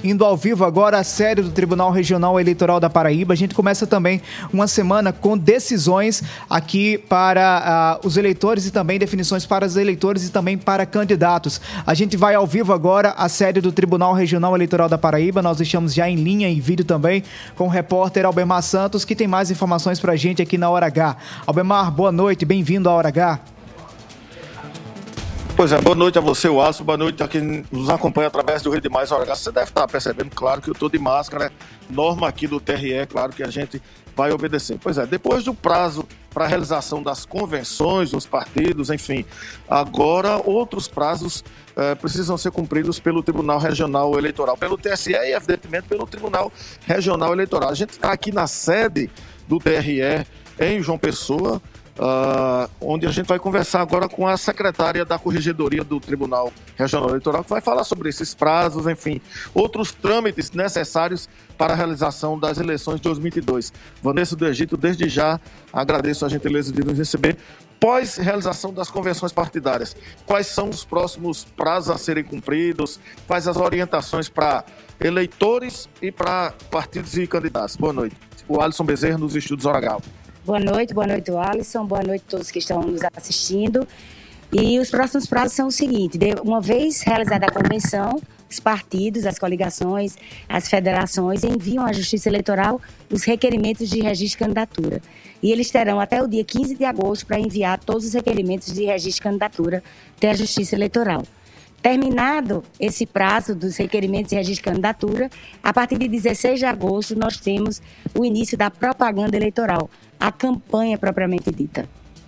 indo ao vivo agora a série do Tribunal Regional Eleitoral da Paraíba. A gente começa também uma semana com decisões aqui para os eleitores e também definições para os eleitores e também para candidatos. A gente vai ao vivo agora a série do Tribunal Regional Eleitoral da Paraíba. Nós estamos já em linha, em vídeo também, com o repórter Albemar Santos, que tem mais informações para a gente aqui na Hora H. Albemar, boa noite, bem-vindo à Hora H. Pois é, boa noite a você, o Alisson, boa noite a quem nos acompanha através do Rede Mais Hora H. Você deve estar percebendo, claro, que eu estou de máscara, norma aqui do TRE, claro que a gente vai obedecer. Pois é, depois do prazo para a realização das convenções dos partidos, enfim, agora outros prazos precisam ser cumpridos pelo Tribunal Regional Eleitoral, pelo TSE e, evidentemente, pelo Tribunal Regional Eleitoral. A gente está aqui na sede do TRE em João Pessoa, onde a gente vai conversar agora com a secretária da Corregedoria do Tribunal Regional Eleitoral, que vai falar sobre esses prazos, enfim, outros trâmites necessários para a realização das eleições de 2022. Vanessa do Egito, desde já agradeço a gentileza de nos receber. Pós realização das convenções partidárias, quais são os próximos prazos a serem cumpridos? Quais as orientações para eleitores e para partidos e candidatos? Boa noite. O Alisson Bezerra, nos Estúdios Hora H. Boa noite, Alisson, boa noite a todos que estão nos assistindo. E os próximos prazos são o seguinte: uma vez realizada a convenção, os partidos, as coligações, as federações enviam à Justiça Eleitoral os requerimentos de registro de candidatura. E eles terão até o dia 15 de agosto para enviar todos os requerimentos de registro de candidatura até a Justiça Eleitoral. Terminado esse prazo dos requerimentos de registro de candidatura, a partir de 16 de agosto nós temos o início da propaganda eleitoral, a campanha propriamente dita.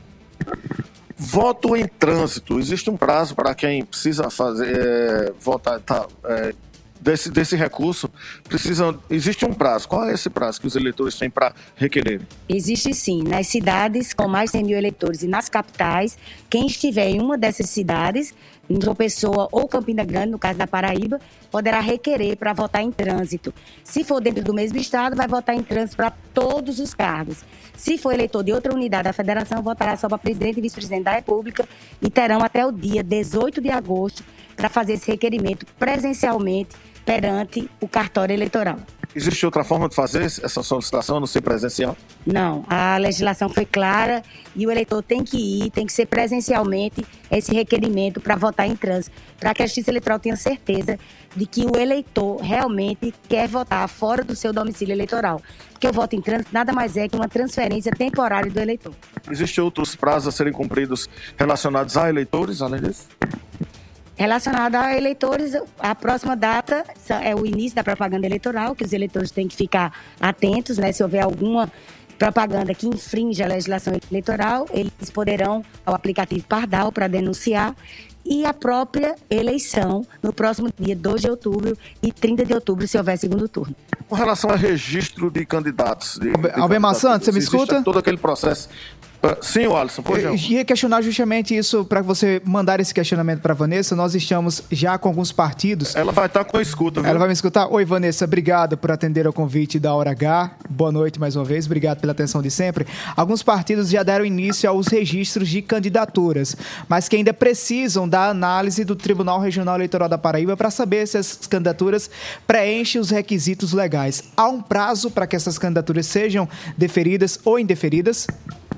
Voto em trânsito. Existe um prazo para quem precisa votar desse recurso? Existe um prazo. Qual é esse prazo que os eleitores têm para requerer? Existe sim. Nas cidades com mais de 100 mil eleitores e nas capitais, quem estiver em uma dessas cidades, em João Pessoa ou Campina Grande, no caso da Paraíba, poderá requerer para votar em trânsito. Se for dentro do mesmo estado, vai votar em trânsito para todos os cargos. Se for eleitor de outra unidade da federação, votará só para presidente e vice-presidente da República e terão até o dia 18 de agosto para fazer esse requerimento presencialmente perante o cartório eleitoral. Existe outra forma de fazer essa solicitação, não ser presencial? Não, a legislação foi clara e o eleitor tem que ir, tem que ser presencialmente esse requerimento para votar em trânsito, para que a Justiça Eleitoral tenha certeza de que o eleitor realmente quer votar fora do seu domicílio eleitoral. Porque o voto em trânsito nada mais é que uma transferência temporária do eleitor. Existem outros prazos a serem cumpridos relacionados a eleitores, além disso? Relacionado a eleitores, a próxima data é o início da propaganda eleitoral, que os eleitores têm que ficar atentos, né? Se houver alguma propaganda que infringe a legislação eleitoral, eles poderão ao aplicativo Pardal para denunciar, e a própria eleição no próximo dia 2 de outubro e 30 de outubro, se houver segundo turno. Com relação ao registro de candidatos... Albemar Santos, você me escuta? Todo aquele processo... Sim, Alisson, por exemplo. Eu ia questionar justamente isso, para você mandar esse questionamento para a Vanessa. Nós estamos já com alguns partidos. Ela vai estar com a escuta, viu? Ela vai me escutar? Oi, Vanessa, obrigado por atender ao convite da Hora H. Boa noite mais uma vez, obrigado pela atenção de sempre. Alguns partidos já deram início aos registros de candidaturas, mas que ainda precisam da análise do Tribunal Regional Eleitoral da Paraíba para saber se as candidaturas preenchem os requisitos legais. Há um prazo para que essas candidaturas sejam deferidas ou indeferidas?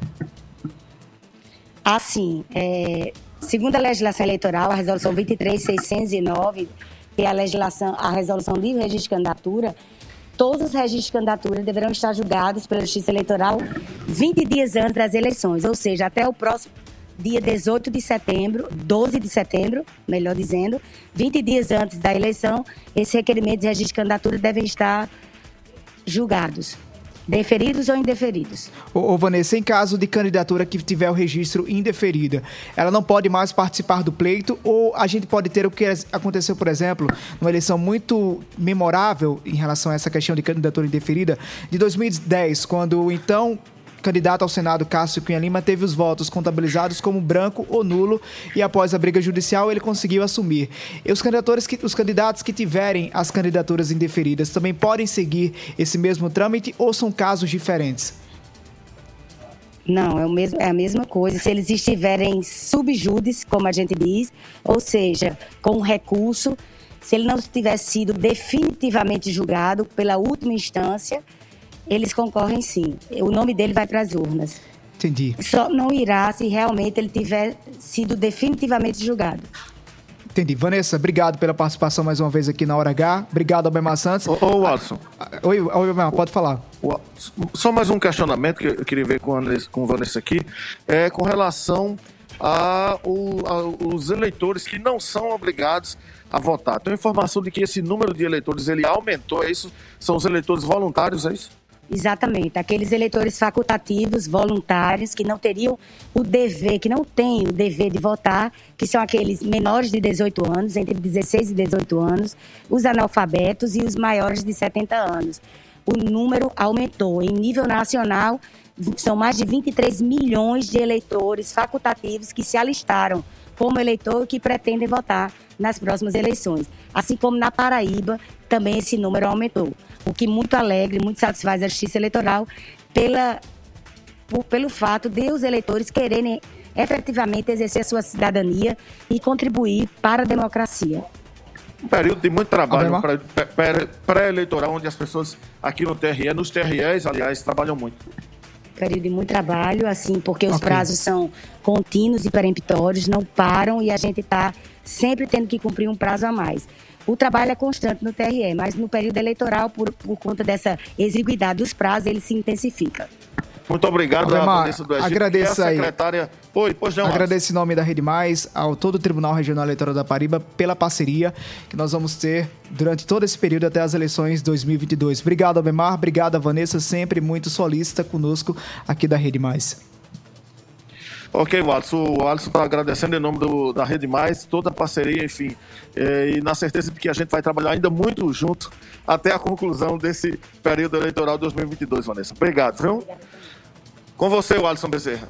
Assim, segundo a legislação eleitoral, a resolução 23.609, que é a resolução de registro de candidatura, todos os registros de candidatura deverão estar julgados pela Justiça Eleitoral 20 dias antes das eleições, ou seja, até o próximo dia 18 de setembro, 12 de setembro, melhor dizendo, 20 dias antes da eleição, esses requerimentos de registro de candidatura devem estar julgados. Deferidos ou indeferidos? Ô Vanessa, em caso de candidatura que tiver o registro indeferida, ela não pode mais participar do pleito, ou a gente pode ter o que aconteceu, por exemplo, numa eleição muito memorável em relação a essa questão de candidatura indeferida, de 2010, quando o então candidato ao Senado, Cássio Cunha Lima, teve os votos contabilizados como branco ou nulo e após a briga judicial ele conseguiu assumir. E os candidatos que tiverem as candidaturas indeferidas também podem seguir esse mesmo trâmite ou são casos diferentes? Não, é a mesma coisa. Se eles estiverem sub judice, como a gente diz, ou seja, com recurso, Se ele não tivesse sido definitivamente julgado pela última instância, eles concorrem sim. O nome dele vai para as urnas. Entendi. Só não irá se realmente ele tiver sido definitivamente julgado. Entendi. Vanessa, obrigado pela participação mais uma vez aqui na Hora H. Obrigado, Albemar Santos. Ô, Watson. Oi, Albemar, pode falar. Só mais um questionamento que eu queria ver com a Vanessa aqui, com relação aos eleitores que não são obrigados a votar. Tem informação de que esse número de eleitores ele aumentou, é isso? São os eleitores voluntários, é isso? Exatamente, aqueles eleitores facultativos, voluntários, que não teriam o dever, que não têm o dever de votar, que são aqueles menores de 18 anos, entre 16 e 18 anos, os analfabetos e os maiores de 70 anos. O número aumentou. Em nível nacional, são mais de 23 milhões de eleitores facultativos que se alistaram como eleitor e que pretendem votar nas próximas eleições. Assim como na Paraíba, também esse número aumentou. O que muito alegra e muito satisfaz a Justiça Eleitoral pelo fato de os eleitores quererem efetivamente exercer a sua cidadania e contribuir para a democracia. Um período de muito trabalho pré-eleitoral, onde as pessoas aqui no TRE, nos TREs, aliás, trabalham muito. Período de muito trabalho, assim, porque os prazos são contínuos e peremptórios, não param e a gente está sempre tendo que cumprir um prazo a mais. O trabalho é constante no TRE, mas no período eleitoral, por conta dessa exiguidade dos prazos, ele se intensifica. Muito obrigado, Vanessa do Egito. Agradeço aí. Secretária... Oi, pois não. Agradeço em nome da Rede Mais, ao todo o Tribunal Regional Eleitoral da Paraíba, pela parceria que nós vamos ter durante todo esse período até as eleições 2022. Obrigado, Albemar. Obrigado, Vanessa, sempre muito solícita conosco aqui da Rede Mais. Ok, Watson. O Alisson está agradecendo em nome da Rede Mais, toda a parceria, enfim, e na certeza de que a gente vai trabalhar ainda muito junto até a conclusão desse período eleitoral 2022, Vanessa. Obrigado, viu? Com você, Alisson Bezerra.